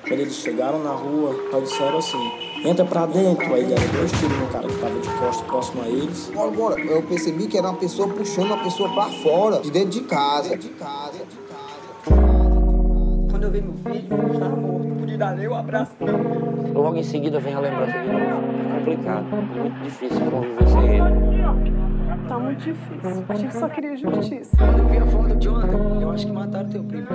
Quando eles chegaram na rua, só disseram assim: entra pra dentro. Aí deram 2 tiros no cara que tava de costas próximo a eles. Bora. Eu percebi que era uma pessoa puxando uma pessoa pra fora, de dentro de casa. Quando eu vi meu filho, ele estava morto. Não pude dar nem um abraço pra ele. Logo em seguida vem a lembrança de novo. É complicado, é muito difícil conviver sem ele. Tá muito difícil. A gente só queria justiça. Quando eu vi a foto de ontem, eu acho que mataram teu primo.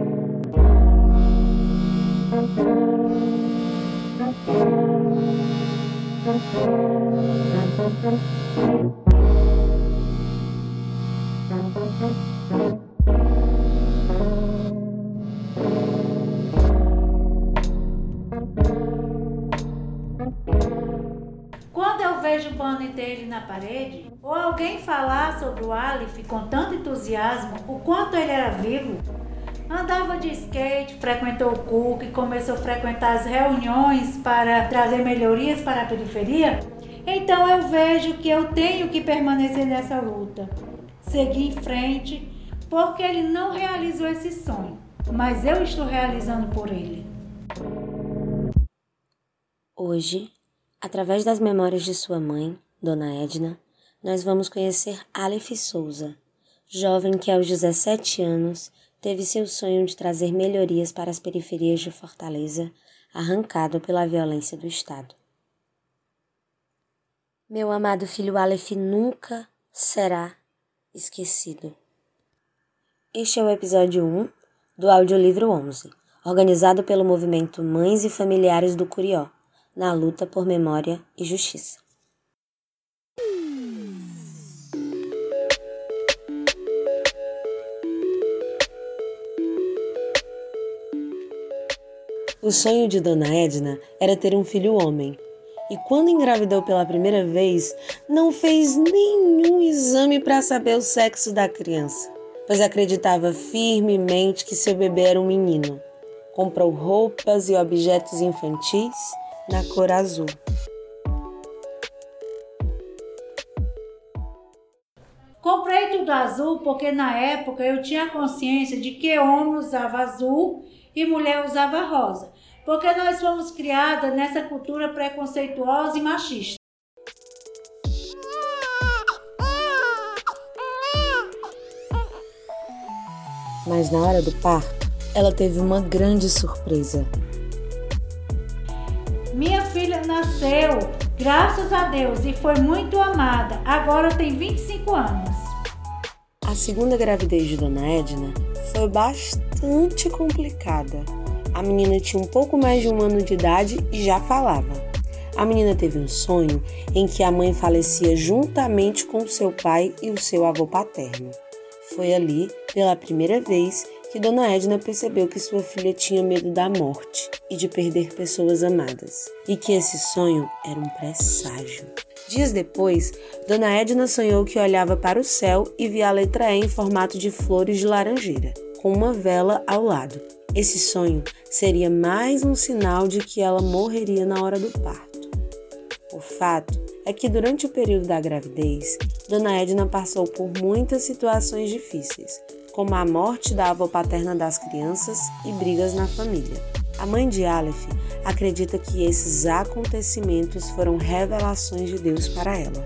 Quando eu vejo o banner dele na parede, ou alguém falar sobre o Aleph com tanto entusiasmo, o quanto ele era vivo, andava de skate, frequentou o CUC, começou a frequentar as reuniões para trazer melhorias para a periferia, então eu vejo que eu tenho que permanecer nessa luta, seguir em frente, porque ele não realizou esse sonho, mas eu estou realizando por ele. Hoje, através das memórias de sua mãe, Dona Edna, nós vamos conhecer Aleph Souza, jovem que aos 17 anos teve seu sonho de trazer melhorias para as periferias de Fortaleza, arrancado pela violência do Estado. Meu amado filho Aleph nunca será esquecido. Este é o episódio 1 do Audiolivro 11, organizado pelo movimento Mães e Familiares do Curió, na luta por memória e justiça. O sonho de Dona Edna era ter um filho homem, e quando engravidou pela primeira vez, não fez nenhum exame para saber o sexo da criança, pois acreditava firmemente que seu bebê era um menino. Comprou roupas e objetos infantis na cor azul. Comprei tudo azul porque na época eu tinha consciência de que homem usava azul e mulher usava rosa, porque nós fomos criadas nessa cultura preconceituosa e machista. Mas na hora do parto, ela teve uma grande surpresa. Minha filha nasceu, graças a Deus, e foi muito amada. Agora tem 25 anos. A segunda gravidez de Dona Edna foi bastante complicada. A menina tinha um pouco mais de 1 ano de idade e já falava. A menina teve um sonho em que a mãe falecia juntamente com seu pai e o seu avô paterno. Foi ali, pela primeira vez, que Dona Edna percebeu que sua filha tinha medo da morte e de perder pessoas amadas, e que esse sonho era um presságio. Dias depois, Dona Edna sonhou que olhava para o céu e via a letra E em formato de flores de laranjeira, com uma vela ao lado. Esse sonho seria mais um sinal de que ela morreria na hora do parto. O fato é que durante o período da gravidez, Dona Edna passou por muitas situações difíceis, como a morte da avó paterna das crianças e brigas na família. A mãe de Aleph acredita que esses acontecimentos foram revelações de Deus para ela.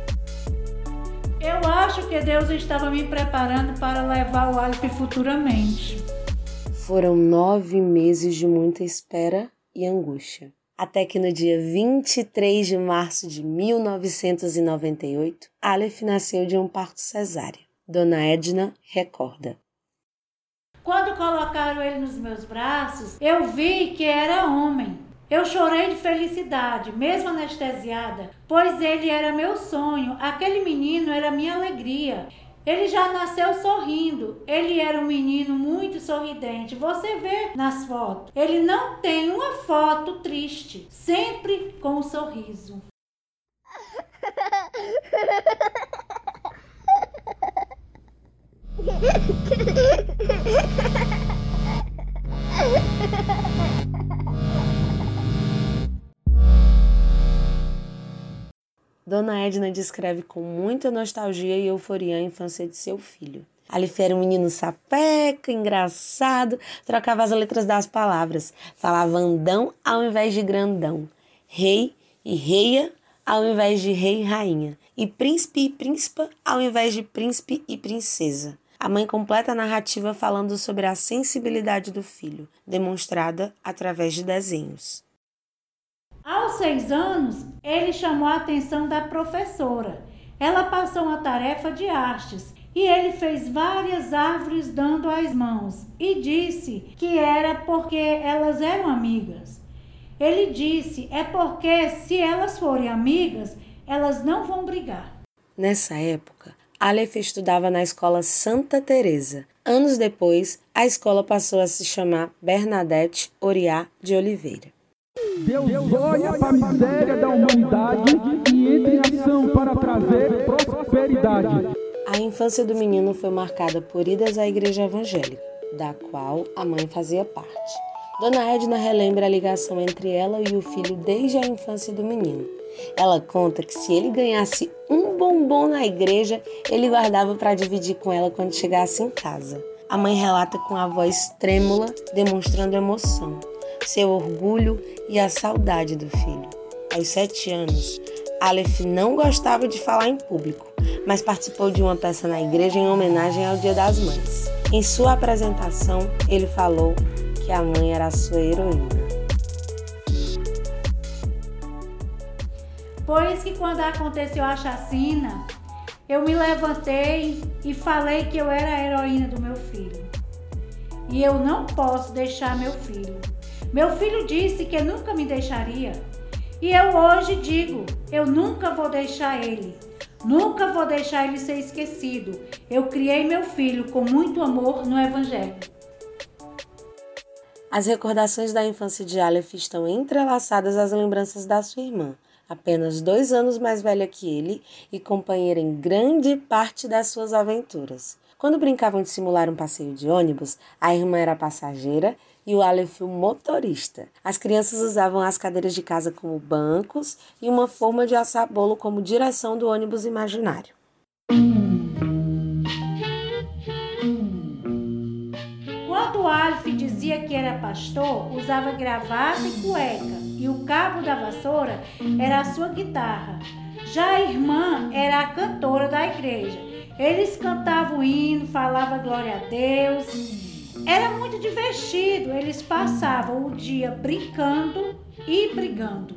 Eu acho que Deus estava me preparando para levar o Aleph futuramente. Foram 9 meses de muita espera e angústia. Até que no dia 23 de março de 1998, Aleph nasceu de um parto cesáreo. Dona Edna recorda. Quando colocaram ele nos meus braços, eu vi que era homem. Eu chorei de felicidade, mesmo anestesiada, pois ele era meu sonho, aquele menino era minha alegria. Ele já nasceu sorrindo, ele era um menino muito sorridente, você vê nas fotos. Ele não tem uma foto triste, sempre com um sorriso. Dona Edna descreve com muita nostalgia e euforia a infância de seu filho. Aleph era um menino sapeca, engraçado, trocava as letras das palavras, falava andão ao invés de grandão, rei e reia ao invés de rei e rainha, e príncipa ao invés de príncipe e princesa. A mãe completa a narrativa falando sobre a sensibilidade do filho, demonstrada através de desenhos. Aos 6 anos, ele chamou a atenção da professora. Ela passou uma tarefa de artes e ele fez várias árvores dando as mãos e disse que era porque elas eram amigas. Ele disse, é porque se elas forem amigas, elas não vão brigar. Nessa época, Aleph estudava na escola Santa Teresa. Anos depois, a escola passou a se chamar Bernadette Oriá de Oliveira. Deus olha para a miséria da humanidade e entra em ação para trazer prosperidade. A infância do menino foi marcada por idas à igreja evangélica, da qual a mãe fazia parte. Dona Edna relembra a ligação entre ela e o filho desde a infância do menino. Ela conta que se ele ganhasse um bombom na igreja, ele guardava para dividir com ela quando chegasse em casa. A mãe relata com a voz trêmula, demonstrando emoção, seu orgulho e a saudade do filho. Aos 7 anos, Aleph não gostava de falar em público, mas participou de uma peça na igreja em homenagem ao Dia das Mães. Em sua apresentação, ele falou que a mãe era a sua heroína. Por isso que quando aconteceu a chacina, eu me levantei e falei que eu era a heroína do meu filho. E eu não posso deixar meu filho. Meu filho disse que nunca me deixaria. E eu hoje digo, eu nunca vou deixar ele. Nunca vou deixar ele ser esquecido. Eu criei meu filho com muito amor no Evangelho. As recordações da infância de Aleph estão entrelaçadas às lembranças da sua irmã, apenas 2 anos mais velha que ele e companheira em grande parte das suas aventuras. Quando brincavam de simular um passeio de ônibus, a irmã era a passageira e o Aleph o motorista. As crianças usavam as cadeiras de casa como bancos e uma forma de assar bolo como direção do ônibus imaginário. Quando o Aleph dizia que era pastor, usava gravata e cueca, e o cabo da vassoura era a sua guitarra. Já a irmã era a cantora da igreja. Eles cantavam o hino, falavam glória a Deus. Era muito divertido, eles passavam o dia brincando e brigando.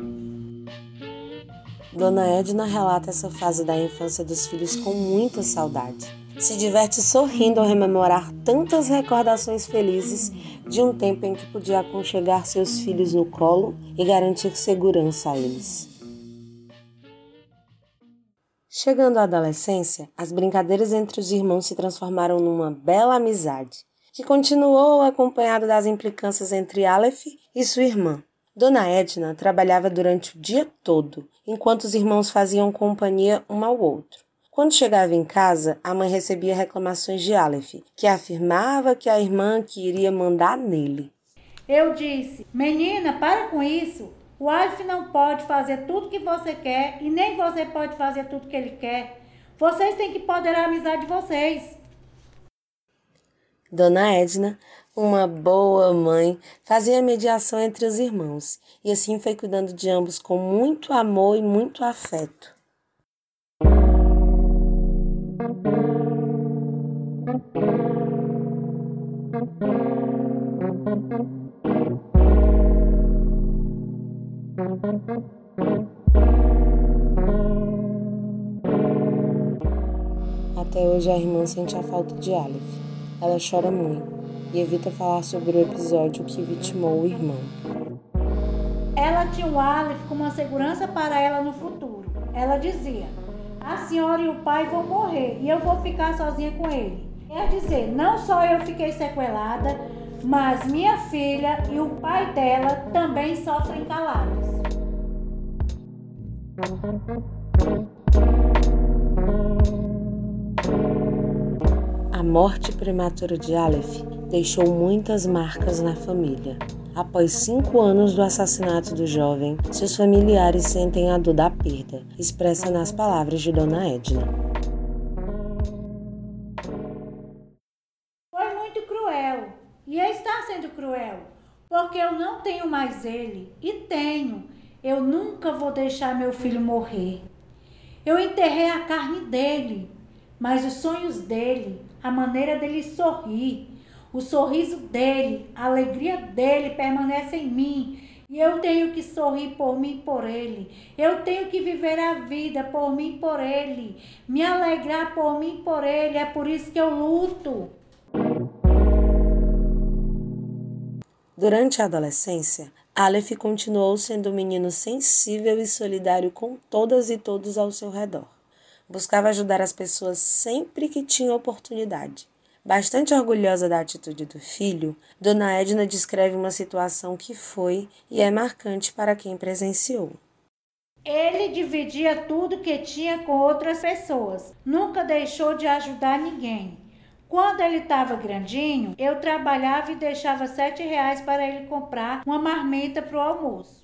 Dona Edna relata essa fase da infância dos filhos com muita saudade. Se diverte sorrindo ao rememorar tantas recordações felizes de um tempo em que podia aconchegar seus filhos no colo e garantir segurança a eles. Chegando à adolescência, as brincadeiras entre os irmãos se transformaram numa bela amizade, que continuou acompanhada das implicâncias entre Aleph e sua irmã. Dona Edna trabalhava durante o dia todo, enquanto os irmãos faziam companhia um ao outro. Quando chegava em casa, a mãe recebia reclamações de Aleph, que afirmava que a irmã iria mandar nele. Eu disse, menina, para com isso. O Aleph não pode fazer tudo que você quer e nem você pode fazer tudo que ele quer. Vocês têm que empoderar a amizade de vocês. Dona Edna, uma boa mãe, fazia mediação entre os irmãos e assim foi cuidando de ambos com muito amor e muito afeto. Até hoje a irmã sente a falta de Aleph. Ela chora muito e evita falar sobre o episódio que vitimou o irmão. Ela tinha o Aleph como uma segurança para ela no futuro. Ela dizia, a senhora e o pai vão morrer e eu vou ficar sozinha com ele. Quer dizer, não só eu fiquei sequelada, mas minha filha e o pai dela também sofrem calados. A morte prematura de Aleph deixou muitas marcas na família. Após 5 anos do assassinato do jovem, seus familiares sentem a dor da perda, expressa nas palavras de Dona Edna. E está sendo cruel, porque eu não tenho mais ele. E tenho. Eu nunca vou deixar meu filho morrer. Eu enterrei a carne dele, mas os sonhos dele, a maneira dele sorrir, o sorriso dele, a alegria dele permanece em mim. E eu tenho que sorrir por mim e por ele. Eu tenho que viver a vida por mim e por ele. Me alegrar por mim e por ele. É por isso que eu luto. Durante a adolescência, Aleph continuou sendo um menino sensível e solidário com todas e todos ao seu redor. Buscava ajudar as pessoas sempre que tinha oportunidade. Bastante orgulhosa da atitude do filho, Dona Edna descreve uma situação que foi e é marcante para quem presenciou. Ele dividia tudo que tinha com outras pessoas. Nunca deixou de ajudar ninguém. Quando ele estava grandinho, eu trabalhava e deixava R$7 para ele comprar uma marmita para o almoço.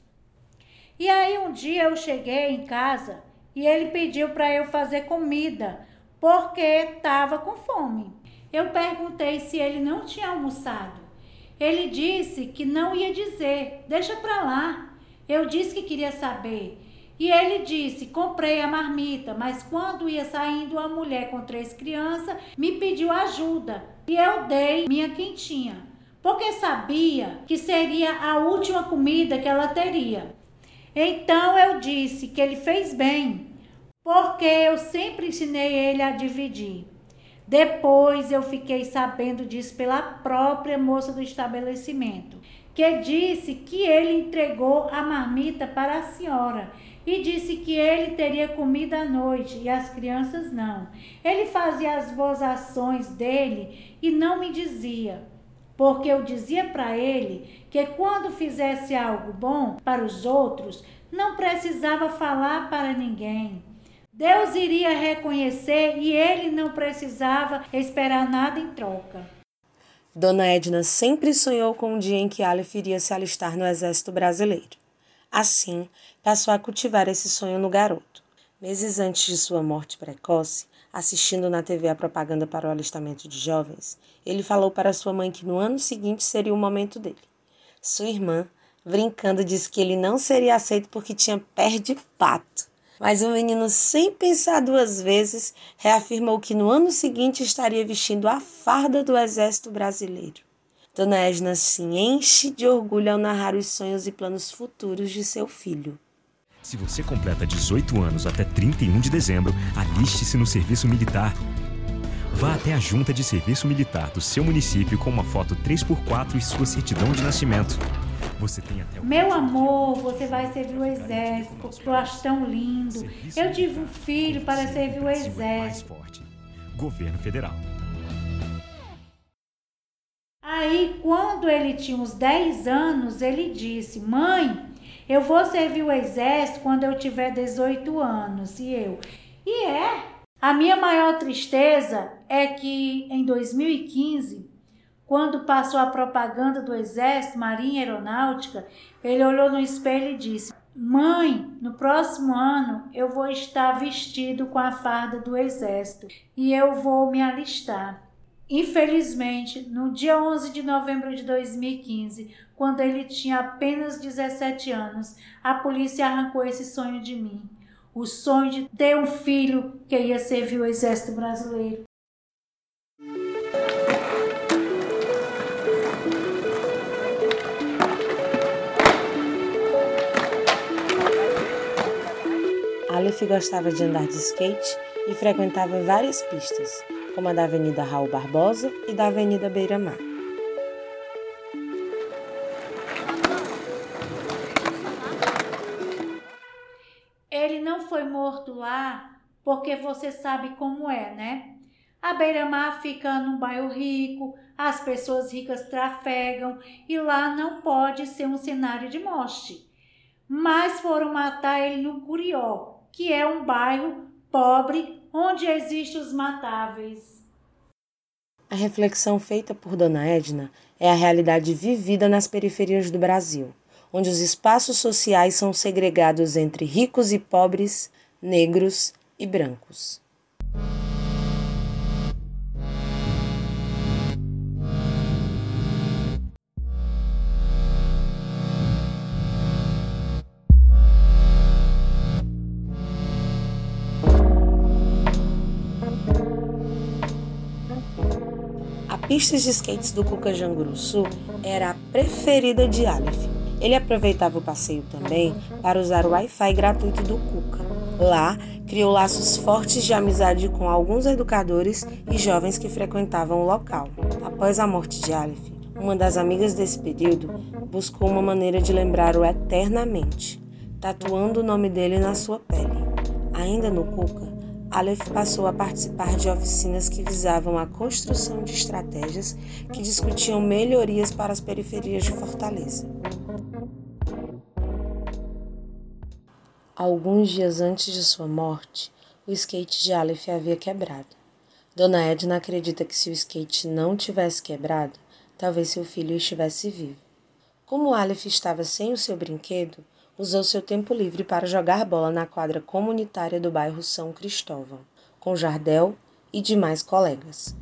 E aí um dia eu cheguei em casa e ele pediu para eu fazer comida, porque estava com fome. Eu perguntei se ele não tinha almoçado. Ele disse que não ia dizer, deixa pra lá. Eu disse que queria saber. E ele disse, comprei a marmita, mas quando ia saindo uma mulher com 3 crianças, me pediu ajuda. E eu dei minha quentinha, porque sabia que seria a última comida que ela teria. Então eu disse que ele fez bem, porque eu sempre ensinei ele a dividir. Depois eu fiquei sabendo disso pela própria moça do estabelecimento, que disse que ele entregou a marmita para a senhora e disse que ele teria comida à noite e as crianças não. Ele fazia as boas ações dele e não me dizia, porque eu dizia para ele que quando fizesse algo bom para os outros, não precisava falar para ninguém. Deus iria reconhecer e ele não precisava esperar nada em troca. Dona Edna sempre sonhou com o dia em que Aleph iria se alistar no Exército Brasileiro. Assim, passou a cultivar esse sonho no garoto. Meses antes de sua morte precoce, assistindo na TV a propaganda para o alistamento de jovens, ele falou para sua mãe que no ano seguinte seria o momento dele. Sua irmã, brincando, disse que ele não seria aceito porque tinha pé de pato. Mas o menino, sem pensar 2 vezes, reafirmou que no ano seguinte estaria vestindo a farda do Exército Brasileiro. Dona Edna se enche de orgulho ao narrar os sonhos e planos futuros de seu filho. Se você completa 18 anos até 31 de dezembro, aliste-se no serviço militar. Vá até a junta de serviço militar do seu município com uma foto 3x4 e sua certidão de nascimento. Você tem até Meu amor, você vai servir o exército, eu acho tão lindo. Eu tive um filho para servir o exército. Governo Federal. Aí, quando ele tinha uns 10 anos, ele disse, mãe, eu vou servir o exército quando eu tiver 18 anos. E eu, A minha maior tristeza é que em 2015, quando passou a propaganda do Exército, Marinha e Aeronáutica, ele olhou no espelho e disse, mãe, no próximo ano eu vou estar vestido com a farda do Exército e eu vou me alistar. Infelizmente, no dia 11 de novembro de 2015, quando ele tinha apenas 17 anos, a polícia arrancou esse sonho de mim. O sonho de ter um filho que ia servir o Exército Brasileiro. Aleph gostava de andar de skate e frequentava várias pistas, como a da Avenida Raul Barbosa e da Avenida Beira-Mar. Ele não foi morto lá porque você sabe como é, né? A Beira-Mar fica num bairro rico, as pessoas ricas trafegam e lá não pode ser um cenário de morte. Mas foram matar ele no Curió, que é um bairro pobre onde existem os matáveis. A reflexão feita por Dona Edna é a realidade vivida nas periferias do Brasil, onde os espaços sociais são segregados entre ricos e pobres, negros e brancos. pistas de skates do Cuca Janguruçu era a preferida de Aleph. Ele aproveitava o passeio também para usar o Wi-Fi gratuito do Cuca. Lá, criou laços fortes de amizade com alguns educadores e jovens que frequentavam o local. Após a morte de Aleph, uma das amigas desse período buscou uma maneira de lembrar-o eternamente, tatuando o nome dele na sua pele. Ainda no Cuca, Aleph passou a participar de oficinas que visavam a construção de estratégias que discutiam melhorias para as periferias de Fortaleza. Alguns dias antes de sua morte, o skate de Aleph havia quebrado. Dona Edna acredita que se o skate não tivesse quebrado, talvez seu filho estivesse vivo. Como Aleph estava sem o seu brinquedo, usou seu tempo livre para jogar bola na quadra comunitária do bairro São Cristóvão, com Jardel e demais colegas.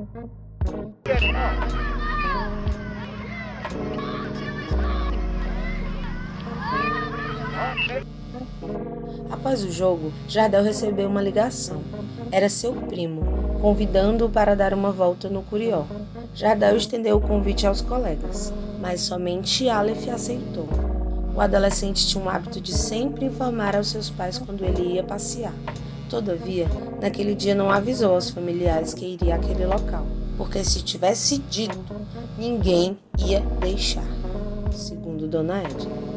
Após o jogo, Jardel recebeu uma ligação. Era seu primo, convidando-o para dar uma volta no Curió. Jardel estendeu o convite aos colegas, mas somente Aleph aceitou. O adolescente tinha um hábito de sempre informar aos seus pais quando ele ia passear. Todavia, naquele dia não avisou aos familiares que iria àquele local, porque se tivesse dito, ninguém ia deixar, segundo Dona Edna.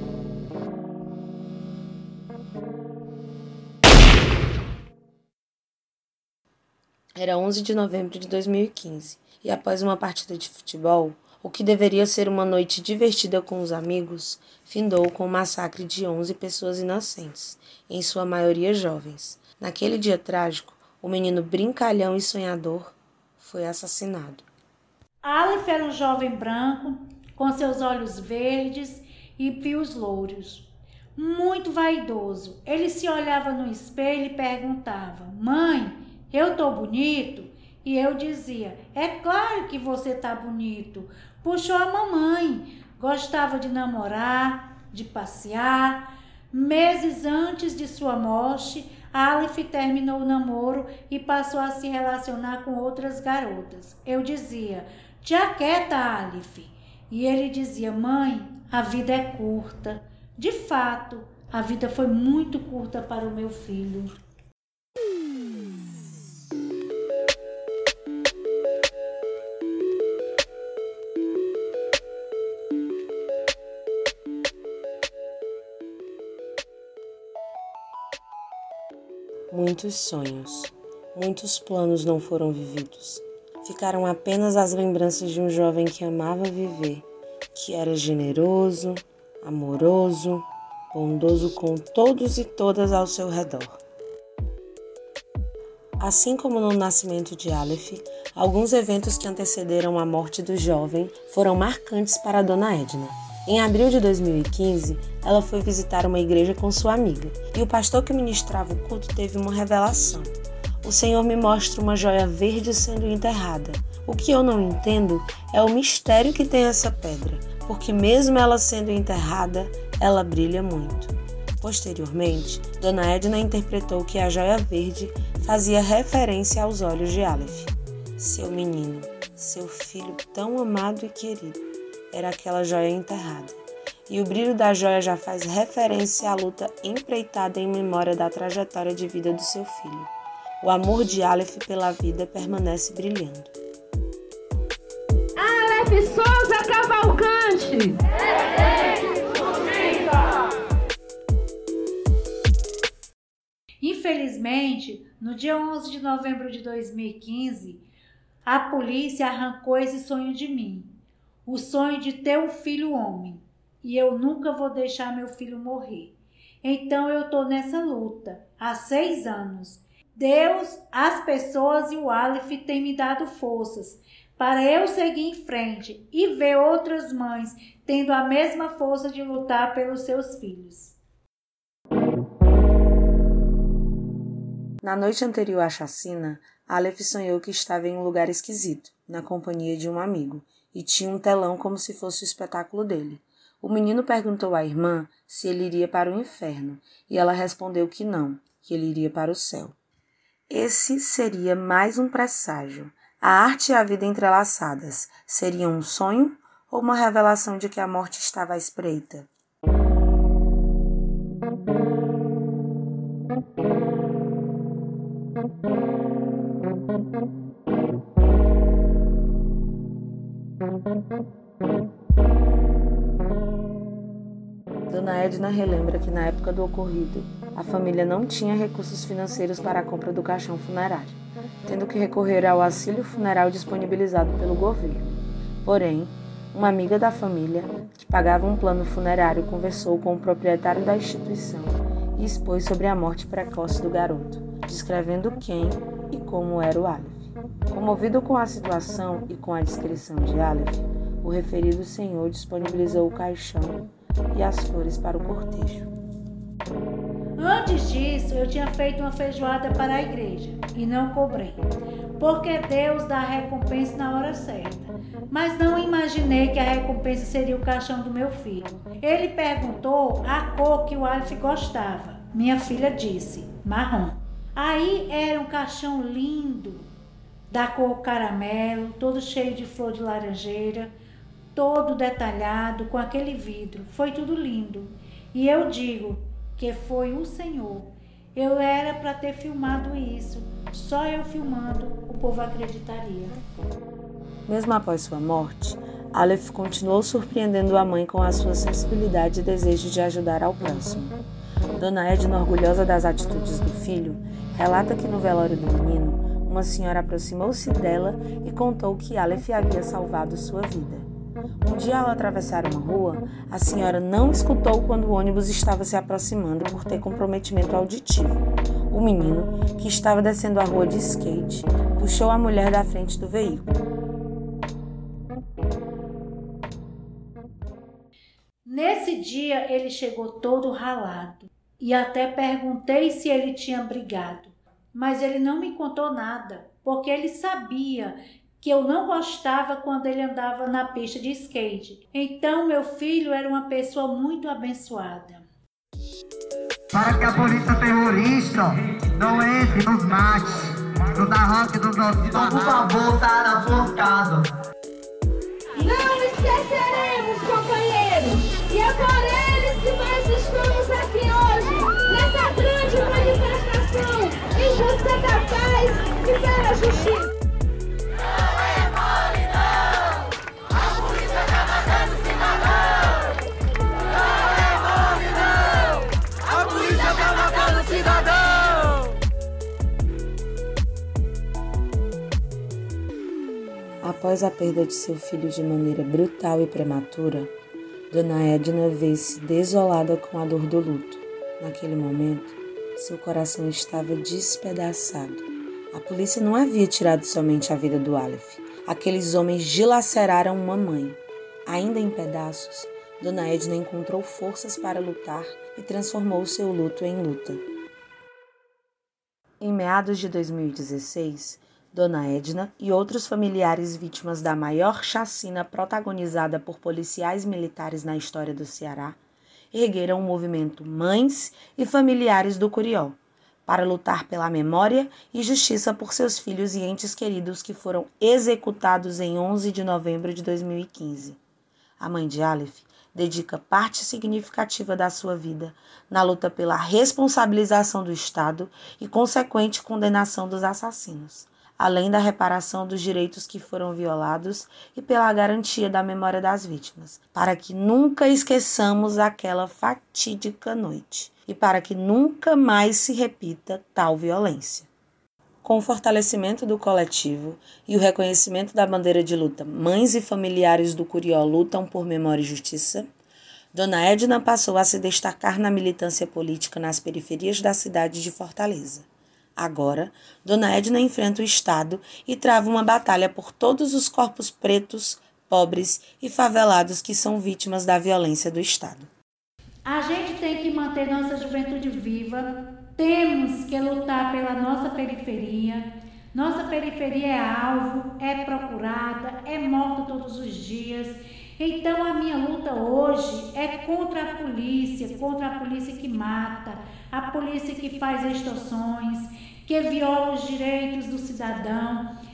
Era 11 de novembro de 2015, e após uma partida de futebol, o que deveria ser uma noite divertida com os amigos, findou com o massacre de 11 pessoas inocentes, em sua maioria jovens. Naquele dia trágico, o menino brincalhão e sonhador foi assassinado. Aleph era um jovem branco, com seus olhos verdes e fios louros. Muito vaidoso, ele se olhava no espelho e perguntava: "Mãe, eu tô bonito?" E eu dizia: "É claro que você tá bonito." Puxou a mamãe. Gostava de namorar, de passear. Meses antes de sua morte, Aleph terminou o namoro e passou a se relacionar com outras garotas. Eu dizia: "Te aquieta, Aleph." E ele dizia: "Mãe, a vida é curta." De fato, a vida foi muito curta para o meu filho. Muitos sonhos, muitos planos não foram vividos. Ficaram apenas as lembranças de um jovem que amava viver, que era generoso, amoroso, bondoso com todos e todas ao seu redor. Assim como no nascimento de Aleph, alguns eventos que antecederam a morte do jovem foram marcantes para Dona Edna. Em abril de 2015, ela foi visitar uma igreja com sua amiga, e o pastor que ministrava o culto teve uma revelação. "O Senhor me mostra uma joia verde sendo enterrada. O que eu não entendo é o mistério que tem essa pedra, porque mesmo ela sendo enterrada, ela brilha muito." Posteriormente, Dona Edna interpretou que a joia verde fazia referência aos olhos de Aleph. Seu menino, seu filho tão amado e querido, era aquela joia enterrada. E o brilho da joia já faz referência à luta empreitada em memória da trajetória de vida do seu filho. O amor de Aleph pela vida permanece brilhando. Aleph Souza Cavalcante! Infelizmente, no dia 11 de novembro de 2015, a polícia arrancou esse sonho de mim. O sonho de ter um filho homem. E eu nunca vou deixar meu filho morrer. Então eu tô nessa luta há 6 anos. Deus, as pessoas e o Aleph têm me dado forças para eu seguir em frente e ver outras mães tendo a mesma força de lutar pelos seus filhos. Na noite anterior à chacina, Aleph sonhou que estava em um lugar esquisito, na companhia de um amigo, e tinha um telão como se fosse o espetáculo dele. O menino perguntou à irmã se ele iria para o inferno, e ela respondeu que não, que ele iria para o céu. Esse seria mais um presságio. A arte e a vida entrelaçadas seriam um sonho ou uma revelação de que a morte estava à espreita? Dona Edna relembra que na época do ocorrido, a família não tinha recursos financeiros para a compra do caixão funerário, tendo que recorrer ao auxílio funeral disponibilizado pelo governo. Porém, uma amiga da família, que pagava um plano funerário, conversou com o proprietário da instituição e expôs sobre a morte precoce do garoto, descrevendo quem e como era o Aleph. Comovido com a situação e com a descrição de Aleph, o referido senhor disponibilizou o caixão e as flores para o cortejo. Antes disso, eu tinha feito uma feijoada para a igreja e não cobrei, porque Deus dá a recompensa na hora certa. Mas não imaginei que a recompensa seria o caixão do meu filho. Ele perguntou a cor que o Aleph gostava. Minha filha disse, marrom. Aí era um caixão lindo, da cor caramelo, todo cheio de flor de laranjeira, todo detalhado, com aquele vidro. Foi tudo lindo. E eu digo que foi o Senhor. Eu era para ter filmado isso. Só eu filmando, o povo acreditaria. Mesmo após sua morte, Aleph continuou surpreendendo a mãe com a sua sensibilidade e desejo de ajudar ao próximo. Dona Edna, orgulhosa das atitudes do filho, relata que no velório do menino, uma senhora aproximou-se dela e contou que Aleph havia salvado sua vida. Um dia, ao atravessar uma rua, a senhora não escutou quando o ônibus estava se aproximando por ter comprometimento auditivo. O menino, que estava descendo a rua de skate, puxou a mulher da frente do veículo. Nesse dia, ele chegou todo ralado e até perguntei se ele tinha brigado, mas ele não me contou nada, porque ele sabia que eu não gostava quando ele andava na pista de skate. Então, meu filho era uma pessoa muito abençoada. Para que a polícia terrorista não entre nos mates, nos arranques dos nossos... Então, por favor, saia das suas casas. Não esqueceremos, companheiros. E é por eles que nós estamos aqui hoje, nessa grande manifestação em busca da paz e pela justiça. Após a perda de seu filho de maneira brutal e prematura, Dona Edna vê-se desolada com a dor do luto. Naquele momento, seu coração estava despedaçado. A polícia não havia tirado somente a vida do Aleph. Aqueles homens dilaceraram uma mãe. Ainda em pedaços, Dona Edna encontrou forças para lutar e transformou seu luto em luta. Em meados de 2016, Dona Edna e outros familiares vítimas da maior chacina protagonizada por policiais militares na história do Ceará ergueram o movimento Mães e Familiares do Curió para lutar pela memória e justiça por seus filhos e entes queridos que foram executados em 11 de novembro de 2015. A mãe de Aleph dedica parte significativa da sua vida na luta pela responsabilização do Estado e consequente condenação dos assassinos, além da reparação dos direitos que foram violados e pela garantia da memória das vítimas, para que nunca esqueçamos aquela fatídica noite e para que nunca mais se repita tal violência. Com o fortalecimento do coletivo e o reconhecimento da bandeira de luta Mães e Familiares do Curió Lutam por Memória e Justiça, Dona Edna passou a se destacar na militância política nas periferias da cidade de Fortaleza. Agora, Dona Edna enfrenta o Estado e trava uma batalha por todos os corpos pretos, pobres e favelados que são vítimas da violência do Estado. A gente tem que manter nossa juventude viva, temos que lutar pela nossa periferia. Nossa periferia é alvo, é procurada, é morta todos os dias. Então a minha luta hoje é contra a polícia que mata, a polícia que faz extorsões, que viola os direitos do cidadão.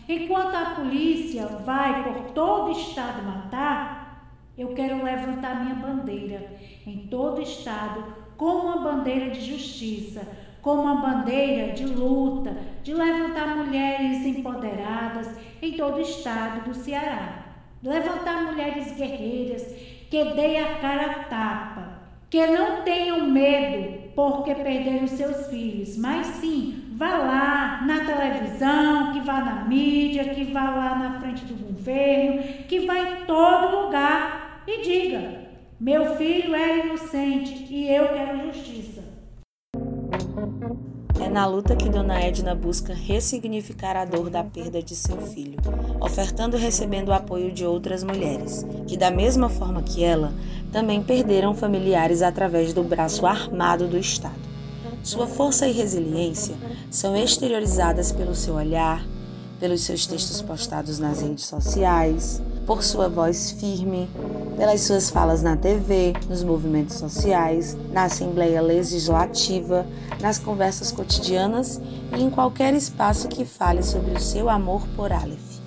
Enquanto a polícia vai por todo o estado matar, eu quero levantar minha bandeira em todo o estado como uma bandeira de justiça, como uma bandeira de luta, de levantar mulheres empoderadas em todo o estado do Ceará. Levantar mulheres guerreiras que deem a cara a tapa, que não tenham medo porque perderam seus filhos, mas sim, vá lá na televisão, que vá na mídia, que vá lá na frente do governo, que vá em todo lugar e diga: meu filho era inocente e eu quero justiça. É na luta que Dona Edna busca ressignificar a dor da perda de seu filho, ofertando e recebendo o apoio de outras mulheres, que da mesma forma que ela, também perderam familiares através do braço armado do Estado. Sua força e resiliência são exteriorizadas pelo seu olhar, pelos seus textos postados nas redes sociais, por sua voz firme, pelas suas falas na TV, nos movimentos sociais, na Assembleia Legislativa, nas conversas cotidianas e em qualquer espaço que fale sobre o seu amor por Aleph.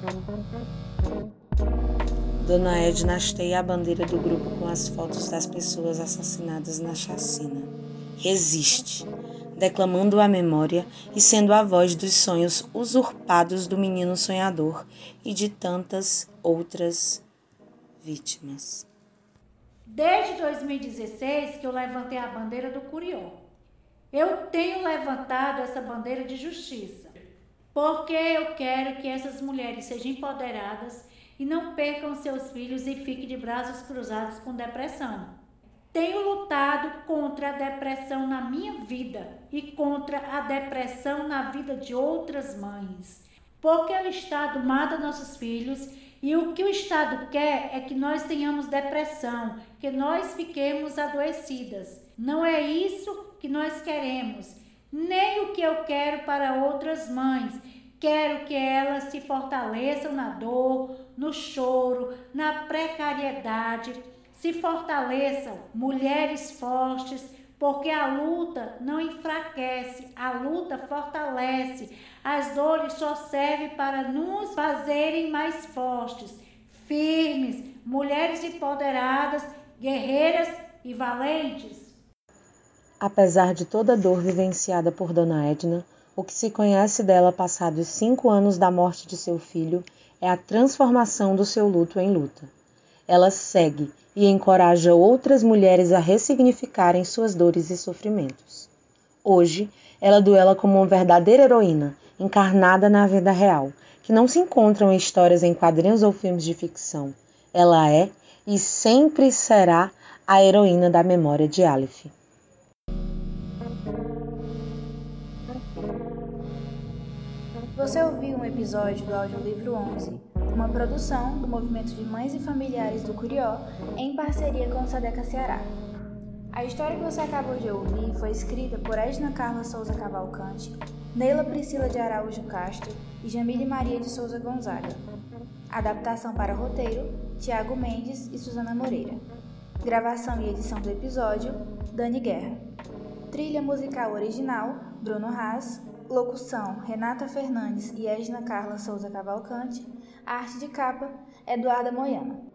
Dona Edna hasteia a bandeira do grupo com as fotos das pessoas assassinadas na chacina. Resiste, declamando a memória e sendo a voz dos sonhos usurpados do menino sonhador e de tantas outras vítimas. Desde 2016 que eu levantei a bandeira do Curió. Eu tenho levantado essa bandeira de justiça, porque eu quero que essas mulheres sejam empoderadas e não percam seus filhos e fiquem de braços cruzados com depressão. Tenho lutado contra a depressão na minha vida e contra a depressão na vida de outras mães, porque o Estado mata nossos filhos e o que o Estado quer é que nós tenhamos depressão, que nós fiquemos adoecidas. Não é isso que nós queremos, nem o que eu quero para outras mães. Quero que elas se fortaleçam na dor, no choro, na precariedade, se fortaleçam, mulheres fortes, porque a luta não enfraquece, a luta fortalece. As dores só servem para nos fazerem mais fortes, firmes, mulheres empoderadas, guerreiras e valentes. Apesar de toda a dor vivenciada por Dona Edna, o que se conhece dela passados 5 anos da morte de seu filho é a transformação do seu luto em luta. Ela segue e encoraja outras mulheres a ressignificarem suas dores e sofrimentos. Hoje, ela duela como uma verdadeira heroína, encarnada na vida real, que não se encontram em histórias em quadrinhos ou filmes de ficção. Ela é e sempre será a heroína da memória de Aleph. Você ouviu um episódio do Audiolivro 11, uma produção do Movimento de Mães e Familiares do Curió em parceria com o Sadeca Ceará. A história que você acabou de ouvir foi escrita por Edna Carla Souza Cavalcante, Neila Priscila de Araújo Castro e Jamile Maria de Souza Gonzaga. Adaptação para roteiro, Tiago Mendes e Suzana Moreira. Gravação e edição do episódio, Dani Guerra. Trilha musical original, Bruno Haas. Locução, Renata Fernandes e Edna Carla Souza Cavalcante. Arte de capa, Eduarda Moiano.